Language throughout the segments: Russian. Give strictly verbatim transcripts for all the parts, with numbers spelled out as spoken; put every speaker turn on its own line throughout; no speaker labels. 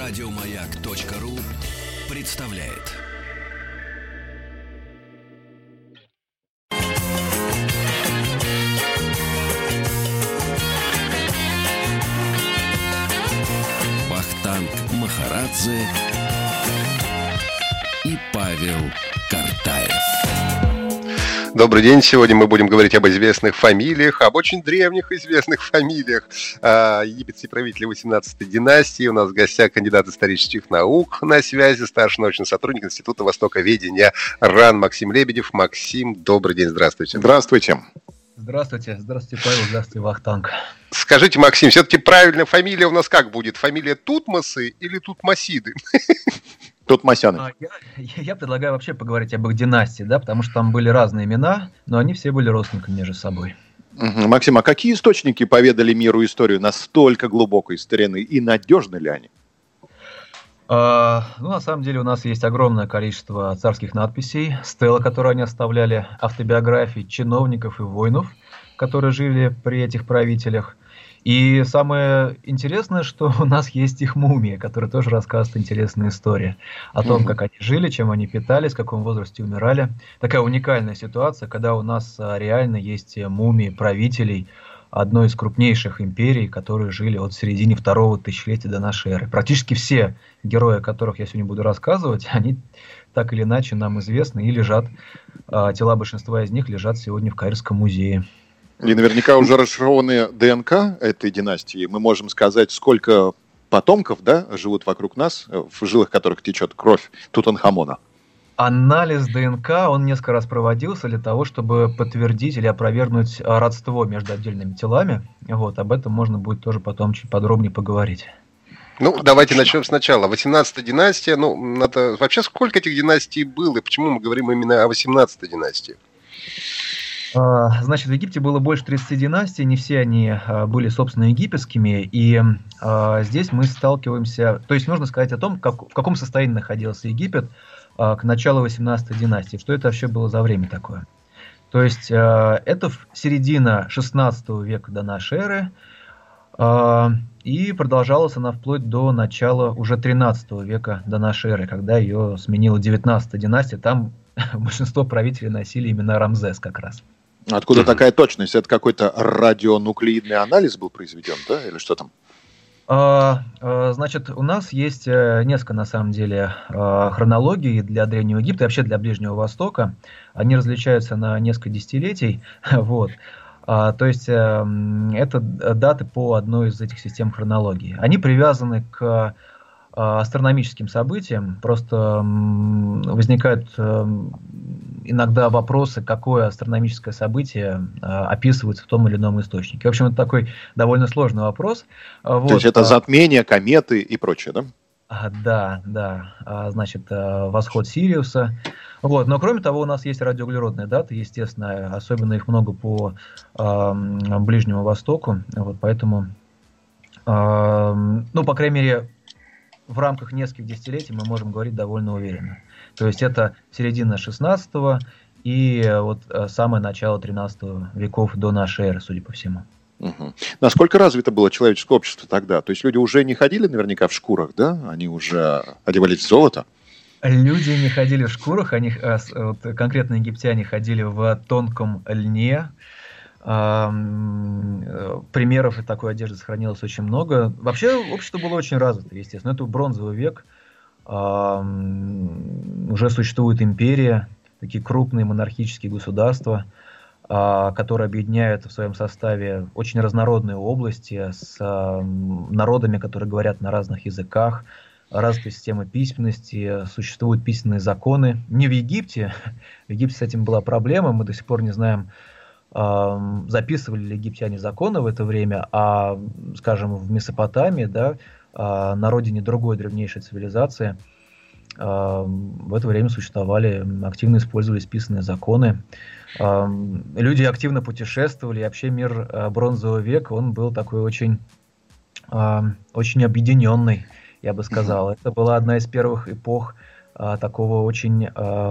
Радиомаяк.ру представляет. Вахтанг Махарадзе и Павел Картаев.
Добрый день. Сегодня мы будем говорить об известных фамилиях, об очень древних известных фамилиях. А, египетские правители восемнадцатой династии. У нас в гостях кандидат исторических наук на связи, старший научный сотрудник Института востоковедения РАН Максим Лебедев. Максим, добрый день, здравствуйте.
Здравствуйте.
Здравствуйте. Здравствуйте, Павел. Здравствуйте, Вахтанг.
Скажите, Максим, все-таки правильная фамилия у нас как будет? Фамилия Тутмосы или Тутмосиды?
Тутмосяны.
А, я, я предлагаю вообще поговорить об их династии, да, потому что там были разные имена, но они все были родственниками между собой.
Угу. Максим, а какие источники поведали миру историю настолько глубокой старины, и надежны ли они?
А, ну, на самом деле у нас есть огромное количество царских надписей, стелы, которые они оставляли, автобиографий чиновников и воинов, которые жили при этих правителях. И самое интересное, что у нас есть их мумии, которые тоже рассказывают интересные истории о том, как они жили, чем они питались, в каком возрасте умирали. Такая уникальная ситуация, когда у нас реально есть мумии правителей одной из крупнейших империй, которые жили вот в середине второго тысячелетия до нашей эры. Практически все герои, о которых я сегодня буду рассказывать, они так или иначе нам известны и лежат, тела большинства из них лежат сегодня в Каирском музее.
И наверняка уже расшифрованы ДНК этой династии. Мы можем сказать, сколько потомков, да, живут вокруг нас, в жилах которых течет кровь Тутанхамона.
Анализ ДНК, он несколько раз проводился для того, чтобы подтвердить или опровергнуть родство между отдельными телами. Вот, об этом можно будет тоже потом чуть подробнее поговорить.
Ну, давайте начнем сначала. восемнадцатая династия, ну, надо... вообще сколько этих династий было, и почему мы говорим именно о восемнадцатой династии?
Значит, в Египте было больше тридцати династий, не все они были, собственно, египетскими, и а, здесь мы сталкиваемся, то есть нужно сказать о том, как, в каком состоянии находился Египет а, к началу восемнадцатой династии, что это вообще было за время такое. То есть а, это середина шестнадцатого века до нашей эры, а, и продолжалась она вплоть до начала уже тринадцатого века до нашей эры, когда ее сменила девятнадцатая династия, там большинство правителей носили имена Рамзес как раз.
Откуда такая точность? Это какой-то радионуклеидный анализ был произведен, да? Или что там?
А, а, значит, у нас есть несколько, на самом деле, хронологий для Древнего Египта и вообще для Ближнего Востока. Они различаются на несколько десятилетий. Вот. А, то есть, это даты по одной из этих систем хронологии. Они привязаны к астрономическим событиям. Просто возникают иногда вопросы, какое астрономическое событие описывается в том или ином источнике. В общем, это такой довольно сложный вопрос.
То вот. есть это затмение, кометы и прочее, да?
Да, да. Значит, восход Сириуса. Вот. Но кроме того, у нас есть радиоуглеродные даты, естественно, особенно их много по Ближнему Востоку. Вот, поэтому, ну, по крайней мере, в рамках нескольких десятилетий мы можем говорить довольно уверенно. То есть это середина шестнадцатого и вот самое начало тринадцатого веков до нашей эры, судя по всему.
Угу. Насколько развито было человеческое общество тогда? То есть люди уже не ходили наверняка в шкурах, да? Они уже одевались в золото?
Люди не ходили в шкурах, они, вот, конкретно египтяне ходили в тонком льне. Примеров такой одежды сохранилось очень много. Вообще общество было очень развито, естественно. Это бронзовый век. Уже существует империя, такие крупные монархические государства, которые объединяют в своем составе очень разнородные области с народами, которые говорят на разных языках, развитая система письменности, существуют письменные законы. Не в Египте. В Египте с этим была проблема, мы до сих пор не знаем, записывали ли египтяне законы в это время, а, скажем, в Месопотамии, да, на родине другой древнейшей цивилизации, в это время существовали, активно использовались писанные законы. Люди активно путешествовали, и вообще мир бронзового века, он был такой очень, очень объединенный, я бы сказал. Это была одна из первых эпох такого очень,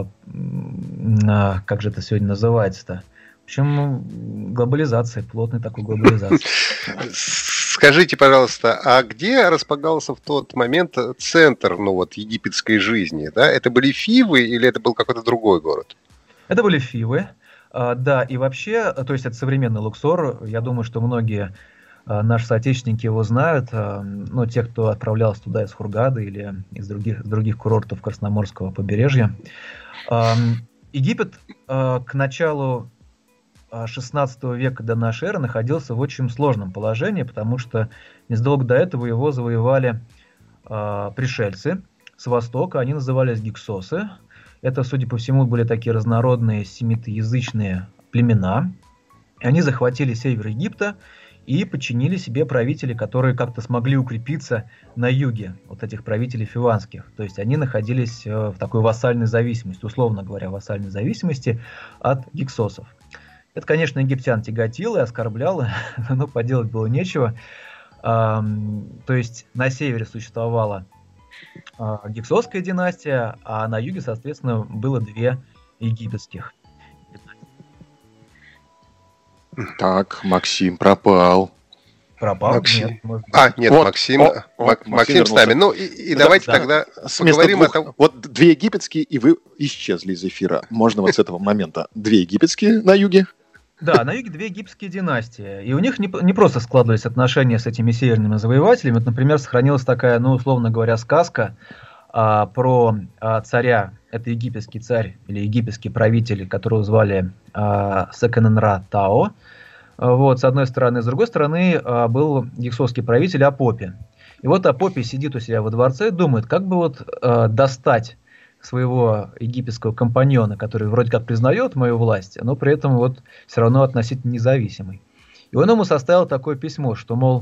как же это сегодня называется-то? В общем, глобализация, плотной такой глобализации.
Скажите, пожалуйста, а где располагался в тот момент центр, ну вот, египетской жизни? Да? Это были Фивы или это был какой-то другой город?
Это были Фивы, а, да, и вообще, то есть это современный Луксор. Я думаю, что многие а, наши соотечественники его знают, а, ну, те, кто отправлялся туда из Хургады или из других, из других курортов Красноморского побережья. А, Египет а, к началу шестнадцатого века до нашей эры находился в очень сложном положении, потому что незадолго до этого его завоевали э, пришельцы с востока, они назывались гиксосы. Это, судя по всему, были такие разнородные семитоязычные племена. Они захватили север Египта и подчинили себе правителей, которые как-то смогли укрепиться на юге, вот этих правителей фиванских. То есть они находились в такой вассальной зависимости, условно говоря, вассальной зависимости от гиксосов. Это, конечно, египтян тяготило и оскорбляло, но поделать было нечего. То есть на севере существовала гиксосская династия, а на юге, соответственно, было две египетских.
Так, Максим пропал.
Пропал?
Максим.
Нет, может быть.
А, нет,
Вот,
Максим,
о,
Мак-
о,
Максим,
Максим
с нами.
вернулся.
Ну и, и
Да,
давайте
да.
тогда
С места
поговорим
двух,
о том...
Вот две египетские, и вы исчезли из эфира. Можно вот с этого момента. Две египетские на юге.
Да, на юге две египетские династии, и у них не, не просто складывались отношения с этими северными завоевателями. Вот, например, сохранилась такая, ну, условно говоря, сказка а, про а, царя, это египетский царь или египетский правитель, которого звали а, Секененра Тао. Вот, с одной стороны. С другой стороны, а, был гиксосский правитель Апопи. И вот Апопи сидит у себя во дворце и думает, как бы вот а, достать своего египетского компаньона, который вроде как признает мою власть, но при этом вот все равно относительно независимый. И он ему составил такое письмо, что, мол,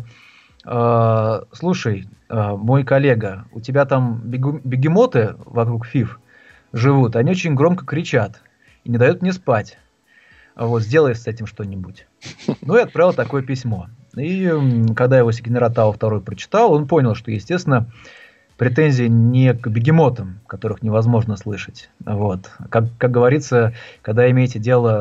э, слушай, э, мой коллега, у тебя там бегу- бегемоты вокруг Фив живут, они очень громко кричат и не дают мне спать. Вот, сделай с этим что-нибудь. Ну и отправил такое письмо. И когда его Секененра Тао второй прочитал, он понял, что, естественно, претензии не к бегемотам, которых невозможно слышать. Вот. Как, как говорится, когда имеете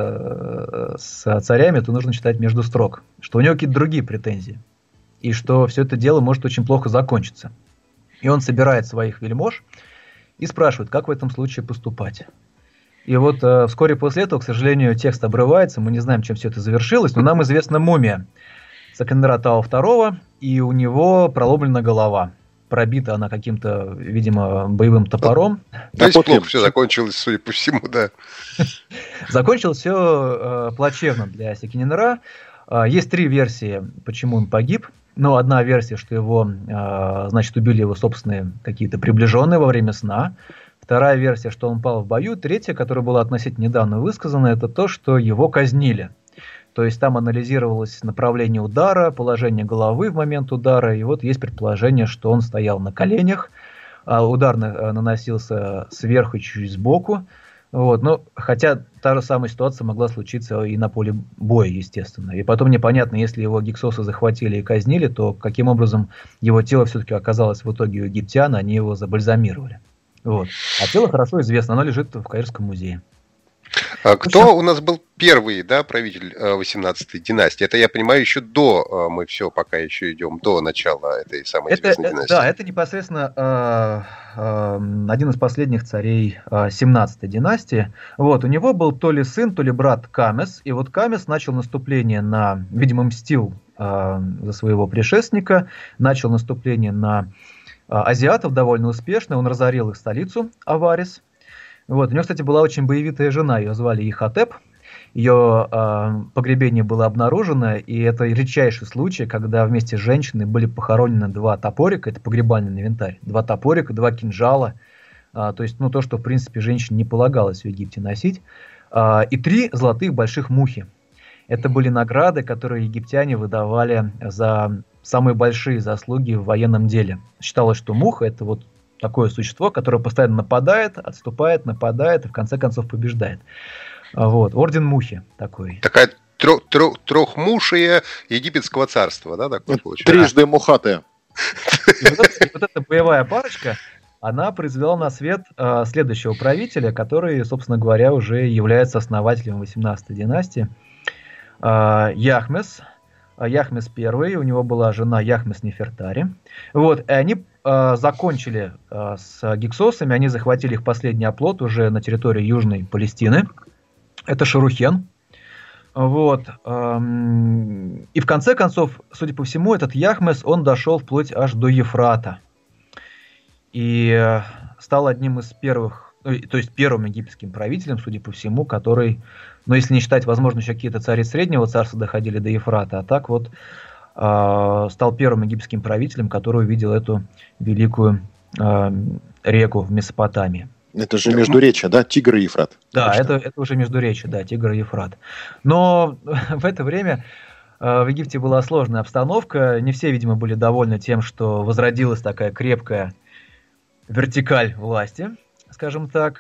дело с царями, то нужно читать между строк, что у него какие-то другие претензии, и что все это дело может очень плохо закончиться. И он собирает своих вельмож и спрашивает, как в этом случае поступать. И вот э, вскоре после этого, к сожалению, текст обрывается, мы не знаем, чем все это завершилось, но нам известна мумия Секененра Тао второго, и у него проломлена голова. Пробита она каким-то, видимо, боевым топором.
То есть плохо все закончилось, судя по всему, да.
Закончилось все э, плачевно для Секененра. Э, есть три версии, почему он погиб. Но одна версия, что его, э, значит, убили его собственные какие-то приближенные во время сна. Вторая версия, что он пал в бою. Третья, которая была относительно недавно высказана, это то, что его казнили. То есть там анализировалось направление удара, положение головы в момент удара, и вот есть предположение, что он стоял на коленях, а удар наносился сверху, чуть сбоку. Вот. Но, хотя та же самая ситуация могла случиться и на поле боя, естественно. И потом непонятно, если его гиксосы захватили и казнили, то каким образом его тело все-таки оказалось в итоге у египтян, они его забальзамировали. Вот. А тело хорошо известно, оно лежит в Каирском музее.
А кто у нас был первый, да, правитель восемнадцатой династии? Это, я понимаю, еще до, мы все пока еще идем, до начала этой самой
это,
известной
это,
династии.
Да, это непосредственно э, э, один из последних царей э, семнадцатой династии. Вот, у него был то ли сын, то ли брат Камес, и вот Камес начал наступление на, видимо, мстил э, за своего предшественника, начал наступление на э, азиатов довольно успешно, он разорил их столицу Аварис. Вот. У него, кстати, была очень боевитая жена, ее звали Ихотеп. Ее э, погребение было обнаружено, и это редчайший случай, когда вместе с женщиной были похоронены два топорика, это погребальный инвентарь, два топорика, два кинжала, э, то есть ну, то, что, в принципе, женщине не полагалось в Египте носить, э, и три золотых больших мухи. Это были награды, которые египтяне выдавали за самые большие заслуги в военном деле. Считалось, что муха – это вот такое существо, которое постоянно нападает, отступает, нападает и в конце концов побеждает. Вот. Орден Мухи такой.
Такая трех, трех, трехмушие египетского царства, да, такое получается?
Трижды мухатая.
И вот, это, и вот эта боевая парочка, она произвела на свет э, следующего правителя, который, собственно говоря, уже является основателем восемнадцатой династии. Э, Яхмес, Яхмес I, у него была жена Яхмес Нефертари. Вот, и они э, закончили э, с гиксосами, они захватили их последний оплот уже на территории Южной Палестины. Это Шарухен. Вот. Эм, и в конце концов, судя по всему, этот Яхмес, он дошел вплоть аж до Ефрата. И стал одним из первых, то есть первым египетским правителем, судя по всему, который, ну, если не считать, возможно, еще какие-то цари Среднего царства доходили до Ефрата, а так вот э, стал первым египетским правителем, который увидел эту великую э, реку в Месопотамии.
Это же Междуречье, да? Тигр и Ефрат.
Да, это, это уже Междуречье, да, Тигр и Ефрат. Но в это время э, в Египте была сложная обстановка. Не все, видимо, были довольны тем, что возродилась такая крепкая вертикаль власти, скажем так.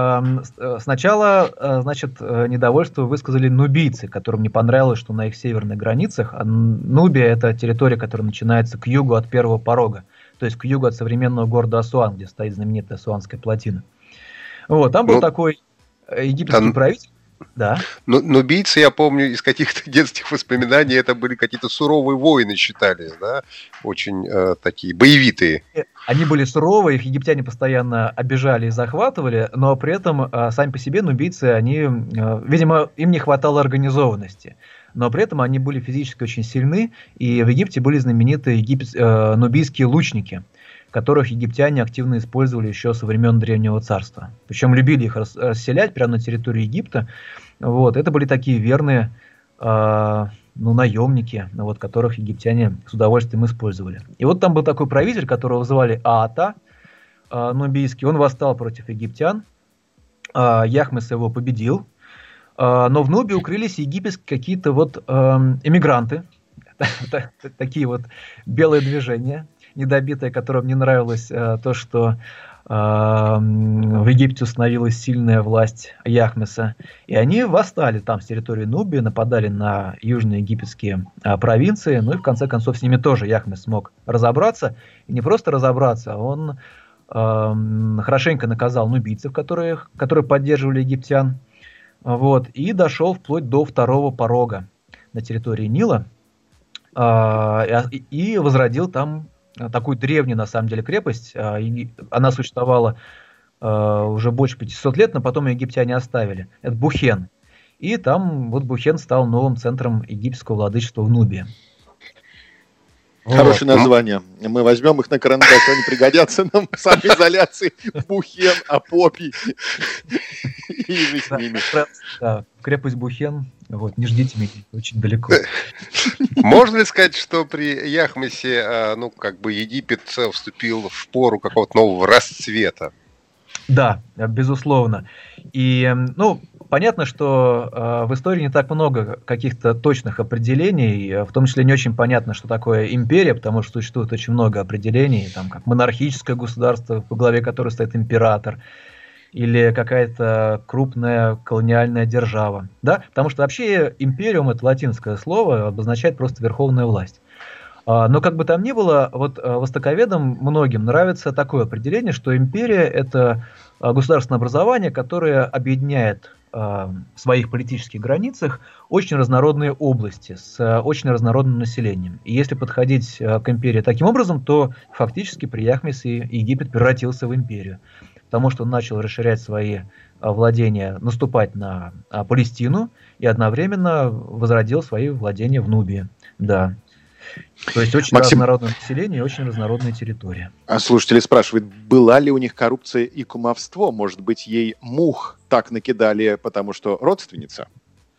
Сначала, значит, недовольство высказали нубийцы, которым не понравилось, что на их северных границах, а Нубия – это территория, которая начинается к югу от первого порога, то есть к югу от современного города Асуан, где стоит знаменитая Асуанская плотина. Вот, там был ну, такой египетский там... правитель. Да.
Но, нубийцы, я помню, из каких-то детских воспоминаний, это были какие-то суровые воины, считались, да, очень э, такие боевитые.
Они были суровые, их египтяне постоянно обижали и захватывали, но при этом э, сами по себе нубийцы, они, э, видимо, им не хватало организованности, но при этом они были физически очень сильны, и в Египте были знаменитые египет, э, нубийские лучники, которых египтяне активно использовали еще со времен Древнего Царства. Причем любили их расселять прямо на территории Египта. Вот. Это были такие верные э, ну, наемники, вот, которых египтяне с удовольствием использовали. И вот там был такой правитель, которого звали Аата, э, нубийский. Он восстал против египтян. Э, Яхмес его победил. Э, но в Нубии укрылись египетские какие-то вот э, эмигранты. Такие вот белые движения недобитые, которым не нравилось э, то, что э, в Египте установилась сильная власть Яхмеса. И они восстали там с территории Нубии, нападали на южные египетские э, провинции. Ну и в конце концов с ними тоже Яхмес смог разобраться. И не просто разобраться, а он э, хорошенько наказал нубийцев, которые, которые поддерживали египтян. Вот, и дошел вплоть до второго порога на территории Нила. Э, и, и возродил там такую древнюю, на самом деле, крепость. Она существовала уже больше пятисот лет, но потом египтяне оставили. Это Бухен. И там вот Бухен стал новым центром египетского владычества в Нубии.
Хорошее вот. Название. Мы возьмем их на карандаш, они пригодятся нам в самоизоляции. Бухен, Апопий. И же с ними.
Да, крепость Бухен. Вот, не ждите меня, очень далеко.
Можно ли сказать, что при Яхмесе, ну, как бы Египет вступил в пору какого-то нового расцвета?
Да, безусловно. И, ну, понятно, что э, в истории не так много каких-то точных определений, в том числе не очень понятно, что такое империя, потому что существует очень много определений, там, как монархическое государство, во главе которого стоит император, или какая-то крупная колониальная держава. Да? Потому что вообще империум, это латинское слово, обозначает просто верховная власть. Но как бы там ни было, вот востоковедам многим нравится такое определение, что империя – это государственное образование, которое объединяет в своих политических границах очень разнородные области с очень разнородным населением. И если подходить к империи таким образом, то фактически при Яхмесе Египет превратился в империю. Потому что он начал расширять свои владения, наступать на Палестину и одновременно возродил свои владения в Нубии. Да. То есть очень Максим... разнородное население и очень разнородная территория.
А слушатели спрашивают, была ли у них коррупция и кумовство? Может быть, ей мух так накидали, потому что родственница?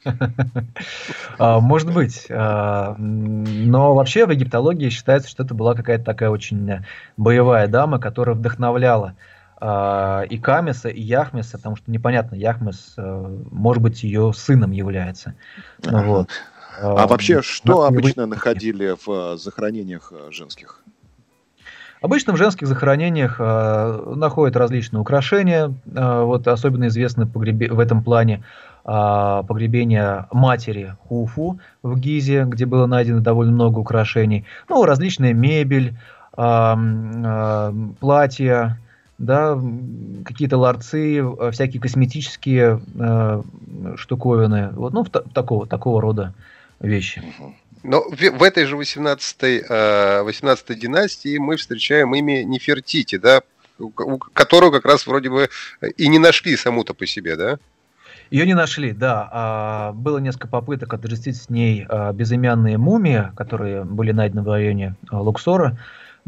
Может быть. Но вообще в египтологии считается, что это была какая-то такая очень боевая дама, которая вдохновляла и Камеса, и Яхмеса, потому что непонятно, Яхмес, может быть, ее сыном является. Вот.
А вообще, что обычно находили в захоронениях женских?
Обычно в женских захоронениях э, находят различные украшения. Э, вот особенно известны погребе... в этом плане э, погребение матери Хуфу в Гизе, где было найдено довольно много украшений. Ну, различная мебель, э, э, платья, да, какие-то ларцы, всякие косметические э, штуковины. Вот, ну, в, такого, такого рода вещи.
Но в, в этой же восемнадцатой, восемнадцатой династии мы встречаем имя Нефертити, да, которую как раз вроде бы и не нашли саму-то по себе, да?
Ее не нашли, да. Было несколько попыток отождествить с ней безымянные мумии, которые были найдены в районе Луксора,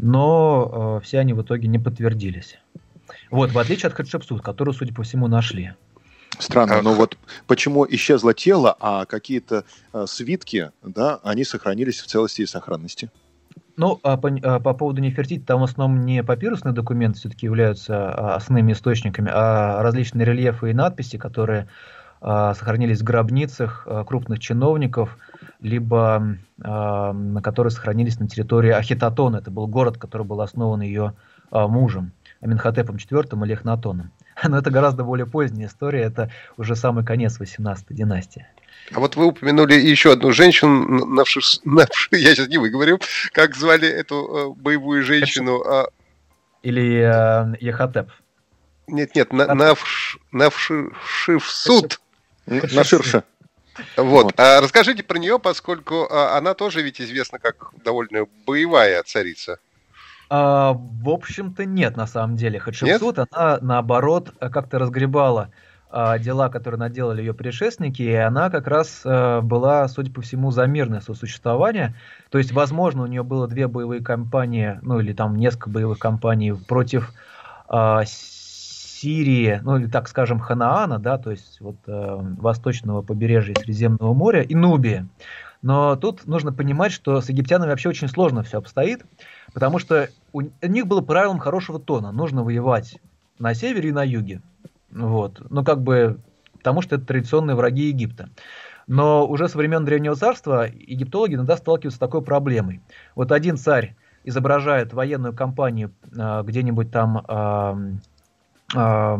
но все они в итоге не подтвердились. Вот, в отличие от Хатшепсут, которую, судя по всему, нашли.
Странно, но вот почему исчезло тело, а какие-то э, свитки, да, они сохранились в целости и сохранности?
Ну, а по, а по поводу Нефертити, там в основном не папирусные документы все-таки являются основными источниками, а различные рельефы и надписи, которые а, сохранились в гробницах а, крупных чиновников, либо а, на которые сохранились на территории Ахитотона. Это был город, который был основан ее а, мужем, Аменхотепом четвёртым или Эхнатоном. Но это гораздо более поздняя история, это уже самый конец восемнадцатой династии.
А вот вы упомянули еще одну женщину, навши, навши, я сейчас не выговорю, как звали эту э, боевую женщину? А...
Или э, Ехотеп.
Нет, нет, на, навш, Навшишивсут.
Наширша.
Вот. Вот. А расскажите про нее, поскольку а, она тоже ведь известна как довольно боевая царица.
А, в общем-то, нет, на самом деле. Хатшепсут, она, наоборот, как-то разгребала а, дела, которые наделали ее предшественники, и она как раз а, была, судя по всему, за мирное сосуществование. То есть, возможно, у нее было две боевые кампании, ну, или там несколько боевых кампаний против а, Сирии, ну, или, так скажем, Ханаана, да, то есть, вот, а, восточного побережья Средиземного моря и Нубии. Но тут нужно понимать, что с египтянами вообще очень сложно все обстоит, потому что у них было правилом хорошего тона. Нужно воевать на севере и на юге. Вот. Ну, как бы, потому что это традиционные враги Египта. Но уже со времен Древнего Царства египтологи иногда сталкиваются с такой проблемой. Вот один царь изображает военную кампанию э, где-нибудь там э, э,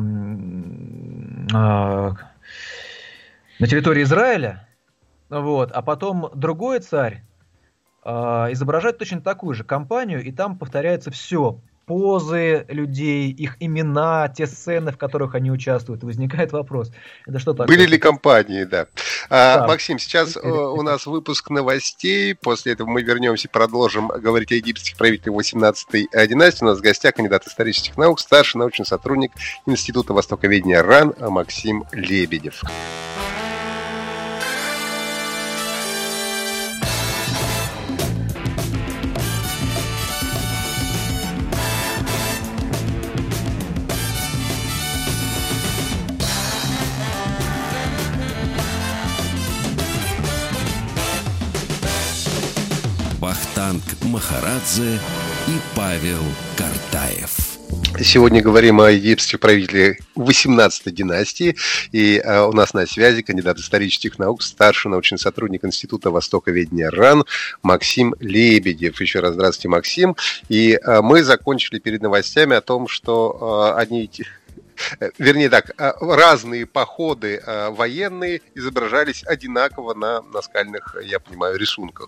э, на территории Израиля, вот, а потом другой царь э, изображает точно такую же кампанию, и там повторяется все. Позы людей, их имена, те сцены, в которых они участвуют. Возникает вопрос, это что такое?
Были ли компании, да. А,
да.
Максим, сейчас у нас выпуск новостей. После этого мы вернемся и продолжим говорить о египетских правителях восемнадцатой династии. У нас в гостях кандидат исторических наук, старший научный сотрудник Института востоковедения РАН Максим Лебедев.
Вахтанг Махарадзе и Павел Картаев.
Сегодня говорим о египетских правителях восемнадцатой династии. И а, у нас на связи кандидат исторических наук, старший научный сотрудник Института востоковедения РАН Максим Лебедев. Еще раз здравствуйте, Максим. И а, мы закончили перед новостями о том, что а, одни Вернее так, разные походы а, военные изображались одинаково на наскальных, я понимаю, рисунках.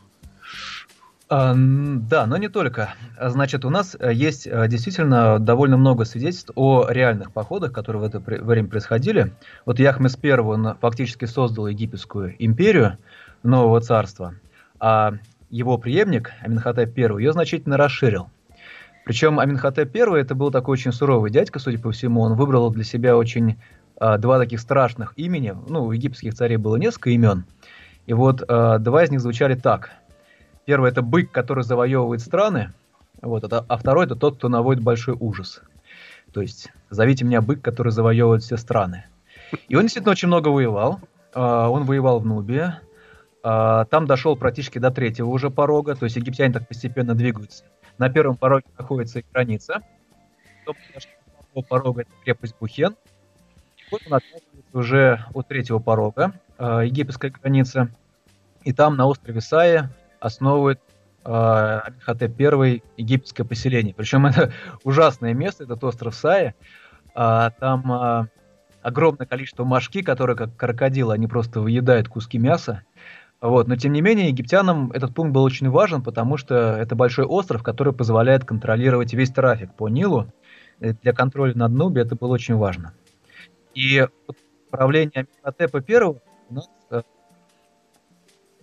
Да, но не только. Значит, у нас есть действительно довольно много свидетельств о реальных походах, которые в это время происходили. Вот Яхмес I, он фактически создал египетскую империю нового царства, а его преемник Аменхотеп I ее значительно расширил. Причем Аменхотеп I это был такой очень суровый дядька, судя по всему. Он выбрал для себя очень а, два таких страшных имени. Ну, у египетских царей было несколько имен. И вот а, два из них звучали так. Первый – это бык, который завоевывает страны, вот, а второй – это тот, кто наводит большой ужас. То есть, зовите меня бык, который завоевывает все страны. И он действительно очень много воевал. Он воевал в Нубии. Там дошел практически до третьего уже порога. То есть, египтяне так постепенно двигаются. На первом пороге находится их граница. Потом до второго порога – это крепость Бухен. И вот он оказывается уже у третьего порога, египетской границы. И там на острове Саи основывает Аменхотеп I египетское поселение. Причем это ужасное место, этот остров Саи. А, там а, огромное количество мошки, которые, как крокодилы, они просто выедают куски мяса. Вот. Но, тем не менее, египтянам этот пункт был очень важен, потому что это большой остров, который позволяет контролировать весь трафик по Нилу. Для контроля над Нубией это было очень важно. И правление Аменхотепа I у нас...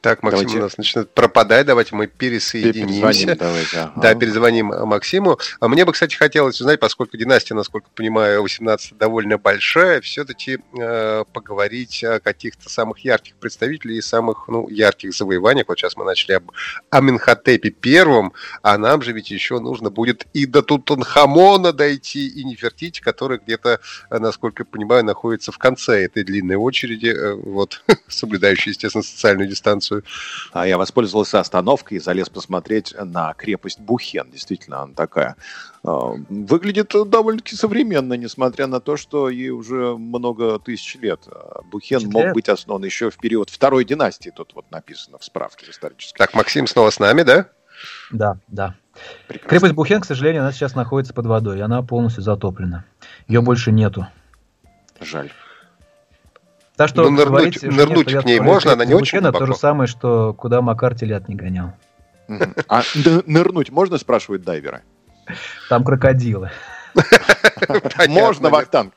Так, Максим давайте. У нас начинает пропадать. Давайте мы пересоединимся. Давайте. Ага. Да, перезвоним Максиму. А мне бы, кстати, хотелось узнать, поскольку династия, насколько понимаю, восемнадцатая довольно большая, все-таки э, поговорить о каких-то самых ярких представителей и самых ну, ярких завоеваниях. Вот сейчас мы начали об Аменхотепе первом, а нам же ведь еще нужно будет и до Тутанхамона дойти, и Нефертити, который где-то, насколько понимаю, находится в конце этой длинной очереди, э, вот, соблюдающей, естественно, социальную дистанцию.
А я воспользовался остановкой и залез посмотреть на крепость Бухен. Действительно, она такая э, выглядит довольно-таки современно, несмотря на то, что ей уже много тысяч лет. Бухен Четыре. мог быть основан еще в период второй династии. Тут вот написано в справке исторической.
Так, Максим снова с нами, да?
Да, да. Прекрасно. Крепость Бухен, к сожалению, она сейчас находится под водой, и она полностью затоплена. Ее больше нету.
Жаль.
Так что
ну, нырнуть, говорить, нырнуть что к ней можно, она не очень глубоко.
То же самое, что куда Макар телят не гонял.
А нырнуть можно, спрашивают дайверы?
Там крокодилы.
Можно, Вахтанг.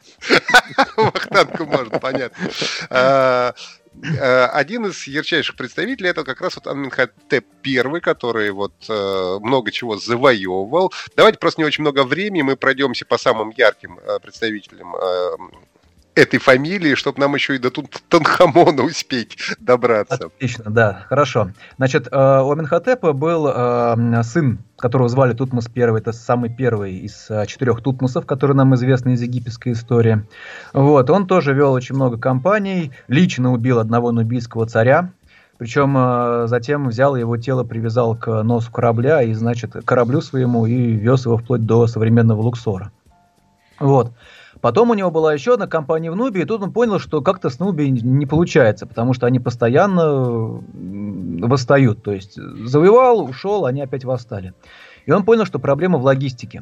Вахтангу можно, понятно. Один из ярчайших представителей это как раз вот Аменхотеп первый, который вот э, много чего завоевывал. Давайте просто не очень много времени, мы пройдемся по самым ярким э, представителям э, этой фамилии, чтобы нам еще и до Тутанхамона успеть добраться.
Отлично, да, хорошо. Значит, у Аменхотепа был сын, которого звали Тутмос первый, это самый первый из четырех Тутмосов, которые нам известны из египетской истории. Вот, он тоже вел очень много кампаний, лично убил одного нубийского царя, причем затем взял его тело, привязал к носу корабля и, значит, к кораблю своему и вез его вплоть до современного Луксора. Вот. Потом у него была еще одна кампания в Нубии, и тут он понял, что как-то с Нубией не получается, потому что они постоянно восстают. То есть завоевал, ушел, они опять восстали. И он понял, что проблема в логистике,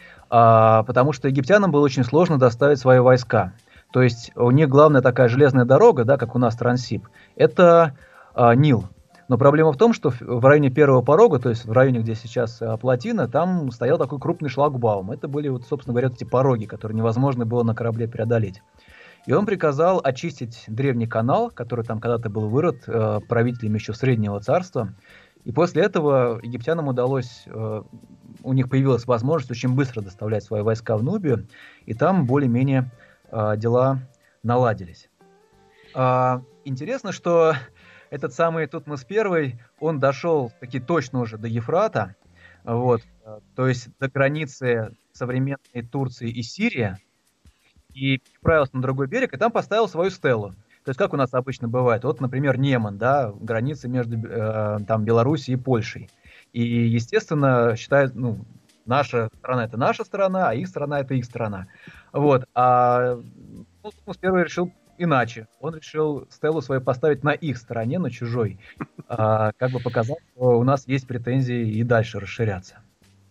а, потому что египтянам было очень сложно доставить свои войска. То есть у них главная такая железная дорога, да, как у нас Транссиб, это а, Нил. Но проблема в том, что в районе первого порога, то есть в районе, где сейчас плотина, там стоял такой крупный шлагбаум. Это были, вот, собственно говоря, эти пороги, которые невозможно было на корабле преодолеть. И он приказал очистить древний канал, который там когда-то был вырыт э, правителями еще Среднего Царства. И после этого египтянам удалось, э, у них появилась возможность очень быстро доставлять свои войска в Нубию, и там более-менее э, дела наладились. А, интересно, что этот самый Тутмос первый, он дошел таки точно уже до Ефрата, вот, то есть до границы современной Турции и Сирии, и переправился на другой берег, и там поставил свою стелу. То есть как у нас обычно бывает, вот, например, Неман, да, граница между э, там, Белоруссией и Польшей. И, естественно, считают, ну, наша страна это наша страна, а их страна это их страна. Вот, а ну, Тутмос первый решил иначе. Он решил стелу свою поставить на их стороне, на чужой. А, как бы показать, что у нас есть претензии и дальше расширяться.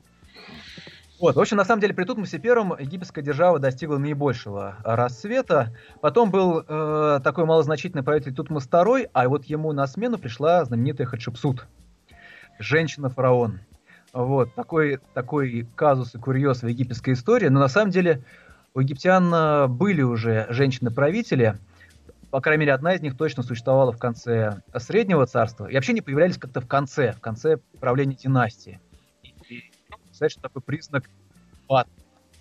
Вот, в общем, на самом деле, при Тутмосе первом египетская держава достигла наибольшего расцвета. Потом был э, такой малозначительный правитель Тутмос второй, а вот ему на смену пришла знаменитая Хатшепсут. Женщина-фараон. Вот, такой, такой казус и курьез в египетской истории. Но на самом деле у египтян были уже женщины-правители, по крайней мере, одна из них точно существовала в конце Среднего Царства, и вообще не появлялись как-то в конце, в конце правления династии. И, и сказать, что такой признак пад.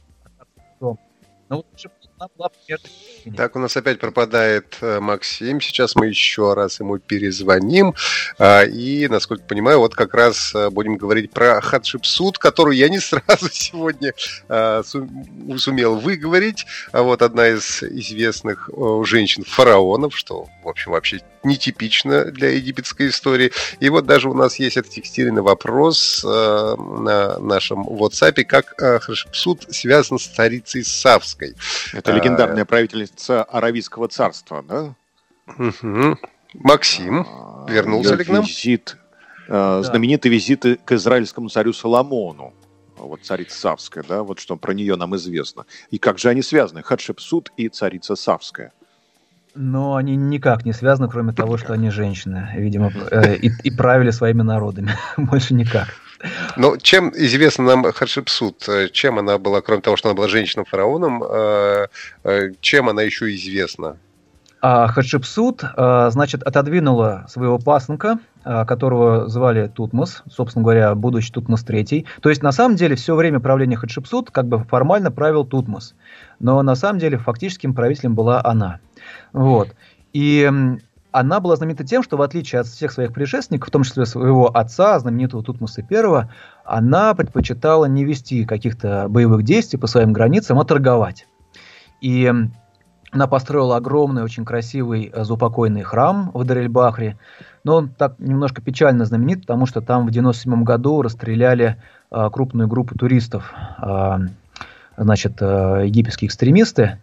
Но вот она была примерно...
Так, у нас опять пропадает Максим. Сейчас мы еще раз ему перезвоним. И, насколько понимаю, вот как раз будем говорить про Хатшепсут, которую я не сразу сегодня сумел выговорить. Вот одна из известных женщин-фараонов, что, в общем, вообще нетипично для египетской истории. И вот даже у нас есть оттекстированный вопрос на нашем WhatsApp, как Хатшепсут связан с царицей Савской.
Это легендарная правительница Аравийского царства, да?
Угу. Максим вернулся ли к нам?
Визит, да. Знаменитый визит к израильскому царю Соломону. Вот царица Савская, да, вот что про нее нам известно. И как же они связаны? Хатшепсут и царица Савская.
Но они никак не связаны, кроме того, что они женщины, видимо, э, и, и правили своими народами. Больше никак.
Но чем известна нам Хатшепсут? Чем она была, кроме того, что она была женщиной-фараоном, чем она еще известна?
А Хатшепсут, значит, отодвинула своего пасынка, которого звали Тутмос, собственно говоря, будущий Тутмос третий. То есть, на самом деле, все время правления Хатшепсут как бы формально правил Тутмос, но на самом деле фактическим правителем была она. Вот. И она была знаменита тем, что в отличие от всех своих предшественников, в том числе своего отца, знаменитого Тутмоса первого, она предпочитала не вести каких-то боевых действий по своим границам, а торговать. И она построила огромный, очень красивый заупокойный храм в Дар-эль-Бахре, но он так немножко печально знаменит, потому что там в девяносто седьмом году расстреляли а, крупную группу туристов, а, значит, а, египетские экстремисты.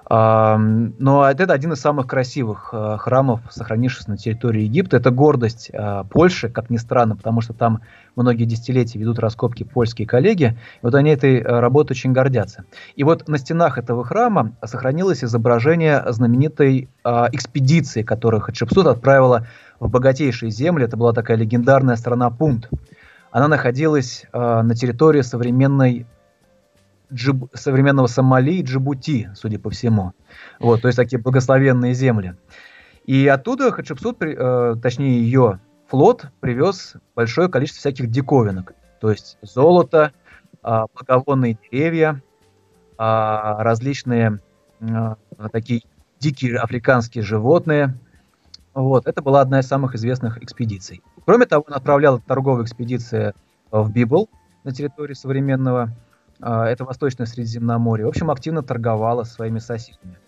Но это один из самых красивых храмов, сохранившихся на территории Египта. Это гордость Польши, как ни странно, потому что там многие десятилетия ведут раскопки польские коллеги. И вот они этой работой очень гордятся. И вот на стенах этого храма сохранилось изображение знаменитой экспедиции, которую Хатшепсут отправила в богатейшие земли. Это была такая легендарная страна Пунт. Она находилась на территории современной Джиб... современного Сомали и Джибути, судя по всему. Вот, то есть такие благословенные земли. И оттуда Хатшепсут, э, точнее ее флот, привез большое количество всяких диковинок. То есть золото, э, благовонные деревья, э, различные э, такие дикие африканские животные. Вот, это была одна из самых известных экспедиций. Кроме того, он отправлял торговые экспедиции в Библ, на территории современного, это Восточное Средиземноморье. В общем, активно торговала со своими соседями.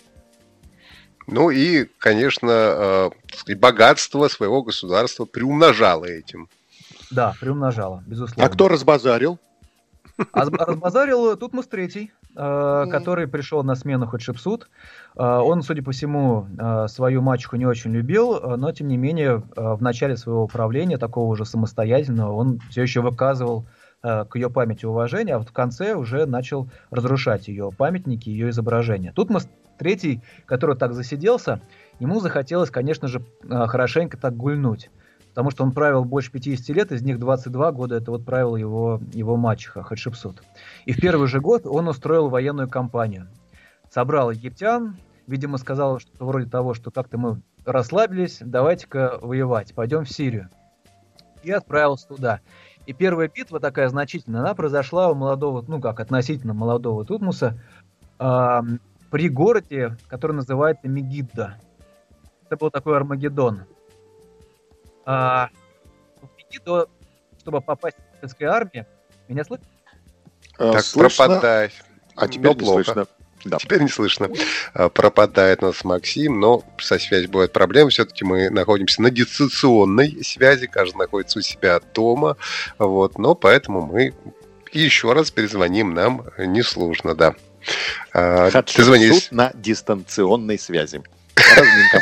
Ну и, конечно, богатство своего государства приумножало этим.
Да, приумножало, безусловно.
А кто разбазарил?
А разбазарил Тутмос третий, который пришел на смену Хатшепсут. Он, судя по всему, свою мачеху не очень любил, но, тем не менее, в начале своего правления, такого уже самостоятельного, он все еще выказывал к ее памяти уважение, а вот в конце уже начал разрушать ее памятники, ее изображения. Тутмос третий, который так засиделся, ему захотелось, конечно же, хорошенько так гульнуть, потому что он правил больше пятидесяти лет, из них двадцать два года это вот правил его, его мачеха Хатшепсут. И в первый же год он устроил военную кампанию. Собрал египтян, видимо, сказал что-то вроде того, что как-то мы расслабились, давайте-ка воевать, пойдем в Сирию. И отправился туда. И первая битва такая значительная, она произошла у молодого, ну как, относительно молодого Тутмоса э, при городе, который называется Мегиддо. Это был такой Армагеддон. А, в Мегиддо, чтобы попасть в египетской армии, меня слышно?
Так,
слышно,
пропадай.
А теперь
но
не
плохо.
слышно. Да.
Теперь не слышно. Пропадает у нас Максим, но со связью бывают проблемы. Все-таки мы находимся на дистанционной связи, каждый находится у себя дома. Вот, но поэтому мы еще раз перезвоним, нам несложно, да.
Ты звонишь на дистанционной связи. Разминка.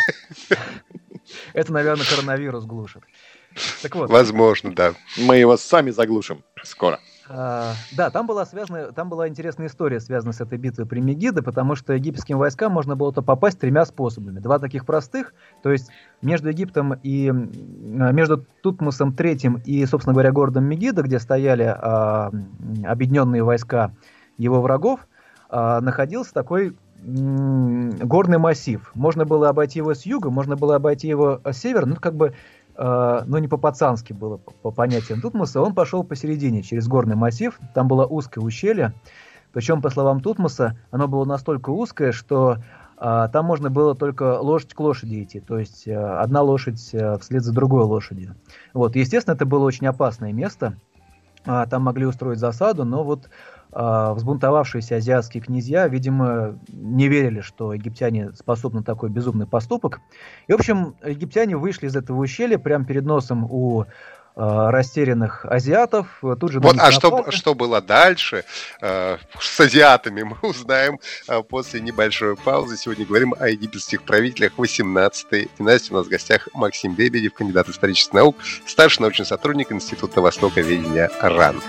Это, наверное, коронавирус глушит. Так вот.
Возможно, да.
Мы его сами заглушим скоро.
Uh, да, там была связана, там была интересная история, связанная с этой битвой при Мегиддо, потому что египетским войскам можно было туда попасть тремя способами. Два таких простых, то есть между Египтом и между Тутмосом третьим и, собственно говоря, городом Мегиддо, где стояли uh, объединенные войска его врагов, uh, находился такой mm, горный массив. Можно было обойти его с юга, можно было обойти его с севера, ну как бы но не по-пацански было, по понятиям Тутмоса, он пошел посередине, через горный массив, там было узкое ущелье, причем, по словам Тутмоса, оно было настолько узкое, что а, там можно было только лошадь к лошади идти, то есть а, одна лошадь а, вслед за другой лошадью. Вот, естественно, это было очень опасное место, а, там могли устроить засаду, но вот а, взбунтовавшиеся азиатские князья, видимо, не верили, что египтяне способны на такой безумный поступок. И, в общем, египтяне вышли из этого ущелья прямо перед носом у а, растерянных азиатов. Тут же
вот, а что, что было дальше э, с азиатами, мы узнаем э, после небольшой паузы. Сегодня говорим о египетских правителях восемнадцатой династии. У нас в гостях Максим Лебедев, кандидат исторических наук, старший научный сотрудник Института Востоковедения РАН.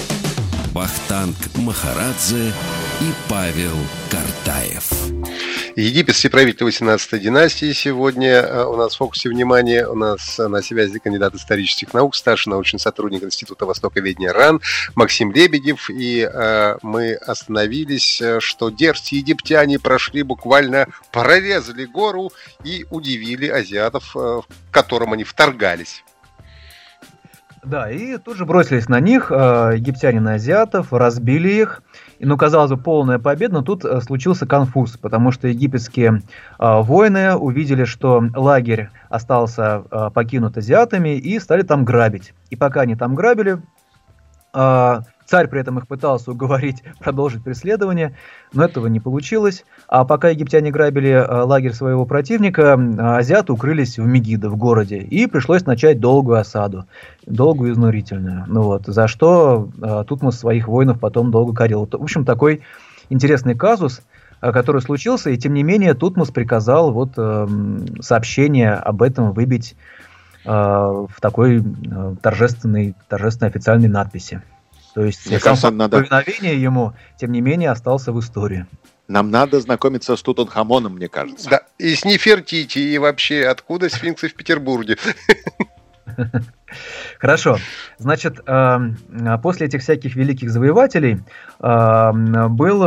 Вахтанг Махарадзе и Павел Картаев.
Египетский правитель восемнадцатой династии сегодня у нас в фокусе внимания. У нас на связи кандидат исторических наук, старший научный сотрудник Института востоковедения РАН Максим Лебедев. И э, мы остановились, что дерзкие египтяне прошли буквально, прорезали гору и удивили азиатов, э, к которым они вторгались.
Да, и тут же бросились на них, э, египтяне на азиатов, разбили их. И, ну, казалось бы, полная победа, но тут э, случился конфуз, потому что египетские э, воины увидели, что лагерь остался э, покинут азиатами, и стали там грабить. И пока они там грабили, э, царь при этом их пытался уговорить продолжить преследование, но этого не получилось. А пока египтяне грабили э, лагерь своего противника, э, азиаты укрылись в Мегидо, в городе, и пришлось начать долгую осаду, долгую и изнурительную. Ну вот, за что э, Тутмос своих воинов потом долго корил. В общем, такой интересный казус, э, который случился, и тем не менее Тутмос приказал вот, э, сообщение об этом выбить э, в такой э, торжественной, торжественной официальной надписи. То есть повиновение ему, тем не менее, остался в истории.
Нам надо знакомиться с Тутанхамоном, мне кажется.
Да, и с Нефертити, и вообще, откуда сфинксы в Петербурге?
Хорошо. Значит, после этих всяких великих завоевателей был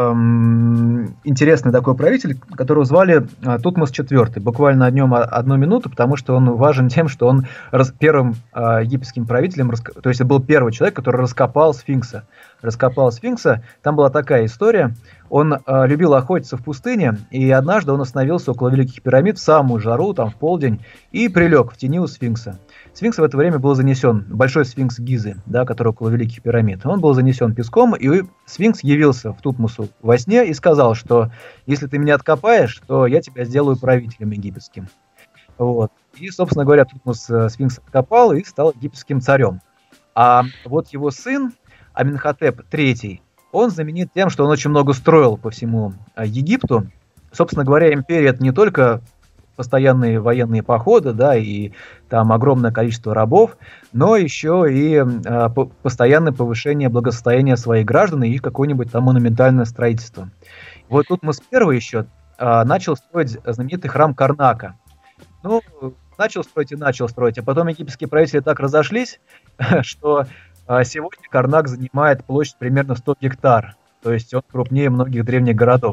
интересный такой правитель, которого звали Тутмос четвёртый. Буквально о нем одну минуту, потому что он важен тем, что он первым египетским правителем, то есть это был первый человек, который раскопал сфинкса. Раскопал сфинкса. Там была такая история. Он э, любил охотиться в пустыне, и однажды он остановился около Великих пирамид в самую жару, там в полдень, и прилег в тени у сфинкса. Сфинкс в это время был занесен, большой сфинкс Гизы, да, который около Великих пирамид. Он был занесен песком, и сфинкс явился в Тутмосу во сне и сказал, что если ты меня откопаешь, то я тебя сделаю правителем египетским. Вот. И, собственно говоря, Тутмос э, сфинкс откопал и стал египетским царем. А вот его сын, Аменхотеп третий, он знаменит тем, что он очень много строил по всему Египту. Собственно говоря, империя — это не только постоянные военные походы, да, и там огромное количество рабов, но еще и э, постоянное повышение благосостояния своих граждан и какое-нибудь там монументальное строительство. Вот Тутмос первый еще э, начал строить знаменитый храм Карнака. Ну, начал строить и начал строить, а потом египетские правители так разошлись, что сегодня Карнак занимает площадь примерно сто гектар, то есть он крупнее многих древних городов.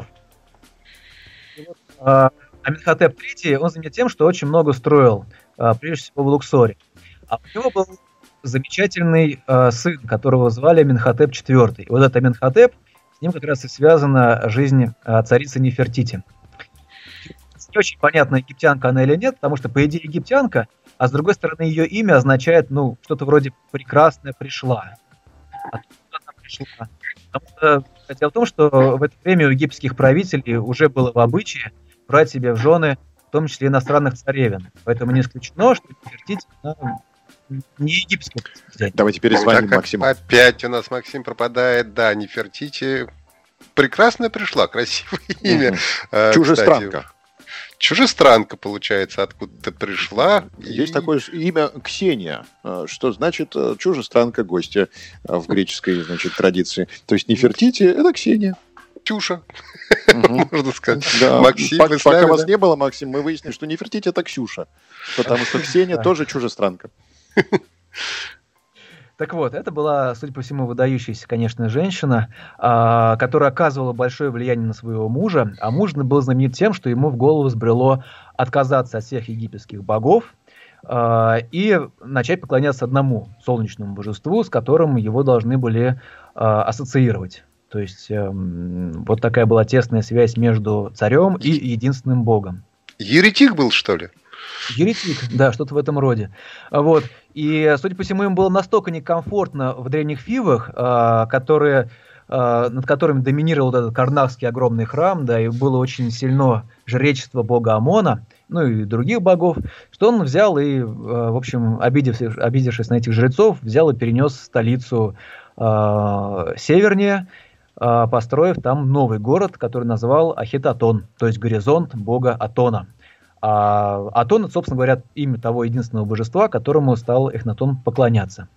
Вот, а, Аменхотеп третий, он знаменит тем, что очень много строил, а, прежде всего в Луксоре. А у него был замечательный а, сын, которого звали Аменхотеп четвёртый. Вот этот Аменхотеп, с ним как раз и связана жизнь а, царицы Нефертити. Не очень понятно, египтянка она или нет, потому что, по идее, египтянка, а с другой стороны, ее имя означает, ну, что-то вроде «прекрасная пришла». Откуда она пришла? Потому что, дело в том, что в это время у египетских правителей уже было в обычае брать себе в жены, в том числе иностранных царевин. Поэтому не исключено, что Нефертити не египетская.
Давайте перезвоним Максиму.
Опять у нас Максим пропадает. Да, Нефертити прекрасная пришла, красивое имя.
Чужестранка.
Чужестранка, получается, откуда-то пришла.
Есть и... такое же имя Ксения, что значит чужестранка, гостья в греческой, значит, традиции. То есть Нефертити — это Ксения.
Ксюша, можно сказать.
Максим, пока вас не было, Максим, мы выяснили, что Нефертити — это Ксюша, потому что Ксения тоже чужестранка.
Так вот, это была, судя по всему, выдающаяся, конечно, женщина, а, которая оказывала большое влияние на своего мужа, а муж был знаменит тем, что ему в голову взбрело отказаться от всех египетских богов а, и начать поклоняться одному солнечному божеству, с которым его должны были а, ассоциировать. То есть а, вот такая была тесная связь между царем и единственным богом.
Еретик был, что ли?
Еретик, да, что-то в этом роде. Вот. И, судя по всему, им было настолько некомфортно в древних Фивах, которые, над которыми доминировал этот карнакский огромный храм, да, и было очень сильно жречество бога Амона, ну и других богов, что он взял и, в общем, обидевшись, обидевшись на этих жрецов, взял и перенес столицу э, севернее, э, построив там новый город, который назвал Ахетатон, то есть горизонт бога Атона. А Атон — это, собственно говоря, имя того единственного божества, которому стал Эхнатон поклоняться.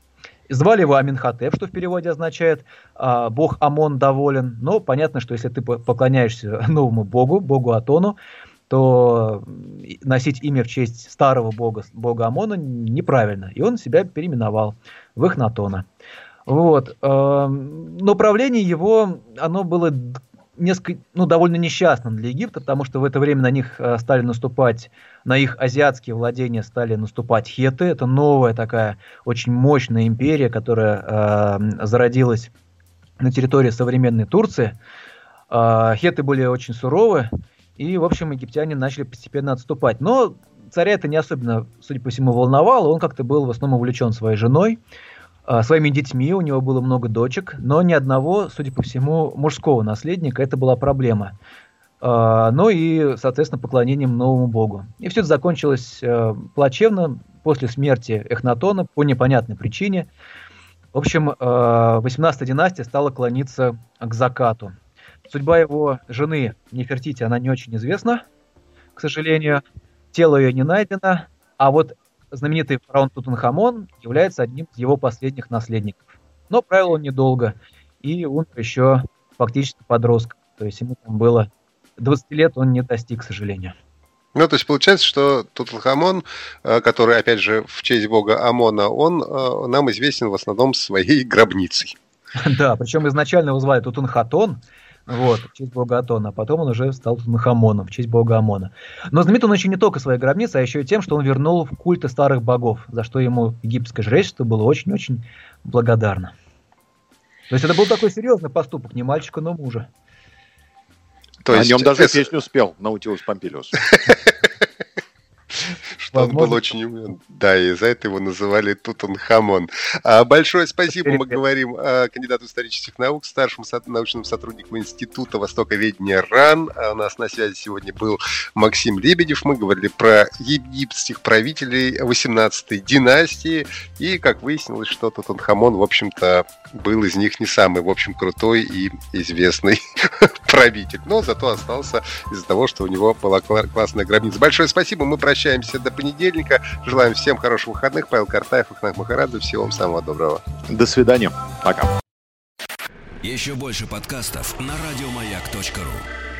Звали его Аменхотеп, что в переводе означает а, «бог Амон доволен». Но понятно, что если ты поклоняешься новому богу, богу Атону, то носить имя в честь старого бога, бога Амона, неправильно. И он себя переименовал в Эхнатона. Вот. Но правление его, оно было несколько, ну, довольно несчастным для Египта, потому что в это время на них стали наступать, на их азиатские владения стали наступать хетты. Это новая такая очень мощная империя, которая э, зародилась на территории современной Турции. Э, хетты были очень суровы, и, в общем, египтяне начали постепенно отступать. Но царя это не особенно, судя по всему, волновало. Он как-то был в основном увлечен своей женой, своими детьми, у него было много дочек, но ни одного, судя по всему, мужского наследника. Это была проблема. Ну и, соответственно, поклонением новому богу. И все это закончилось плачевно после смерти Эхнатона по непонятной причине. В общем, восемнадцатая династия стала клониться к закату. Судьба его жены Нефертити, она не очень известна, к сожалению. Тело ее не найдено, а вот знаменитый фараон Тутанхамон является одним из его последних наследников. Но правил он недолго, и он еще фактически подросток. То есть ему там было двадцать лет, он не достиг, к сожалению.
Ну, то есть получается, что Тутанхамон, который, опять же, в честь бога Амона, он нам известен в основном своей гробницей.
Да, причем изначально его звали Тутанхатон, вот, в честь бога Атона, а потом он уже стал Тутанхамоном, в честь бога Амона. Но знаменит он еще не только своей гробницей, а еще и тем, что он вернул в культы старых богов, за что ему египетское жречество было очень-очень благодарно. То есть это был такой серьезный поступок, не мальчика, но мужа.
То есть... О нем даже песню спел Наутилус Помпилиус.
Что он был очень умен. Да, и за это его называли Тутанхамон. А, большое спасибо, мы говорим а, кандидату исторических наук, старшему со- научному сотруднику Института Востоковедения РАН. А у нас на связи сегодня был Максим Лебедев. Мы говорили про египетских правителей восемнадцатой династии. И, как выяснилось, что Тутанхамон, в общем-то, был из них не самый, в общем, крутой и известный правитель. Но зато остался из-за того, что у него была классная гробница. Большое спасибо, мы прощаемся до понедельника. Желаем всем хороших выходных. Павел Картаев, Ахнат Махарадзе. Всего вам самого доброго.
До свидания. Пока.
Еще больше подкастов на радиомаяк точка ру.